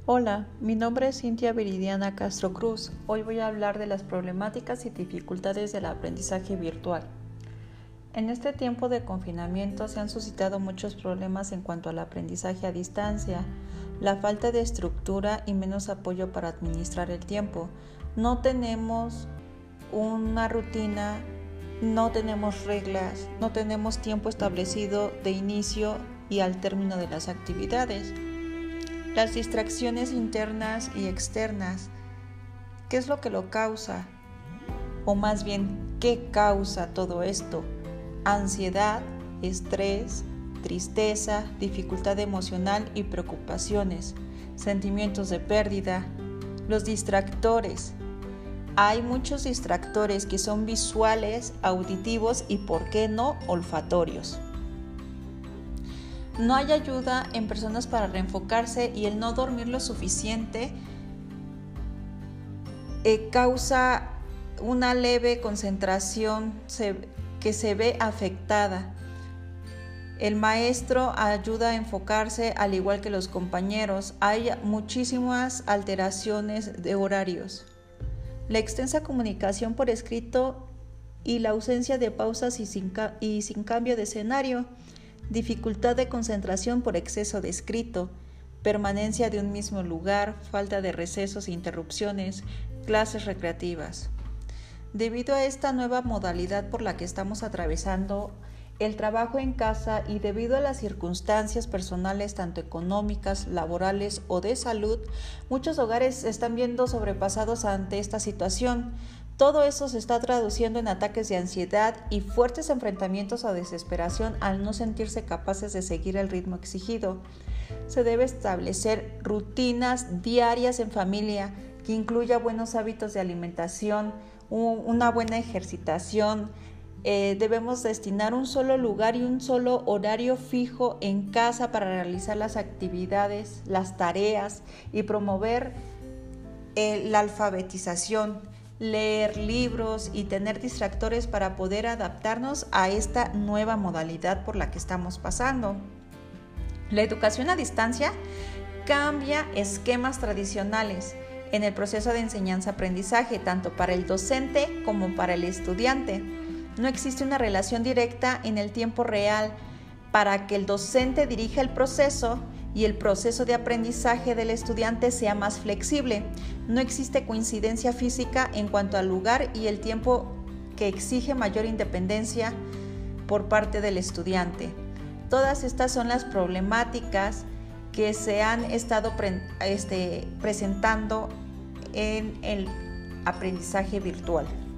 Hola, mi nombre es Cintia Viridiana Castro Cruz. Hoy voy a hablar de las problemáticas y dificultades del aprendizaje virtual. En este tiempo de confinamiento se han suscitado muchos problemas en cuanto al aprendizaje a distancia, la falta de estructura y menos apoyo para administrar el tiempo. No tenemos una rutina, no tenemos reglas, no tenemos tiempo establecido de inicio y al término de las actividades. Las distracciones internas y externas, ¿qué es lo que lo causa? O más bien, ¿qué causa todo esto? Ansiedad, estrés, tristeza, dificultad emocional y preocupaciones, sentimientos de pérdida. Los distractores. Hay muchos distractores que son visuales, auditivos y, ¿por qué no?, olfatorios. No hay ayuda en personas para reenfocarse y el no dormir lo suficiente causa una leve concentración que se ve afectada. El maestro ayuda a enfocarse al igual que los compañeros. Hay muchísimas alteraciones de horarios. La extensa comunicación por escrito y la ausencia de pausas y sin cambio de escenario. Dificultad de concentración por exceso de escrito, permanencia de un mismo lugar, falta de recesos e interrupciones, clases recreativas. Debido a esta nueva modalidad por la que estamos atravesando, el trabajo en casa y debido a las circunstancias personales tanto económicas, laborales o de salud, muchos hogares se están viendo sobrepasados ante esta situación. Todo eso se está traduciendo en ataques de ansiedad y fuertes enfrentamientos a desesperación al no sentirse capaces de seguir el ritmo exigido. Se debe establecer rutinas diarias en familia que incluya buenos hábitos de alimentación, una buena ejercitación. Debemos destinar un solo lugar y un solo horario fijo en casa para realizar las actividades, las tareas y promover la alfabetización. Leer libros y tener distractores para poder adaptarnos a esta nueva modalidad por la que estamos pasando. La educación a distancia cambia esquemas tradicionales en el proceso de enseñanza-aprendizaje, tanto para el docente como para el estudiante. No existe una relación directa en el tiempo real para que el docente dirija el proceso y el proceso de aprendizaje del estudiante sea más flexible. No existe coincidencia física en cuanto al lugar y el tiempo que exige mayor independencia por parte del estudiante. Todas estas son las problemáticas que se han estado presentando en el aprendizaje virtual.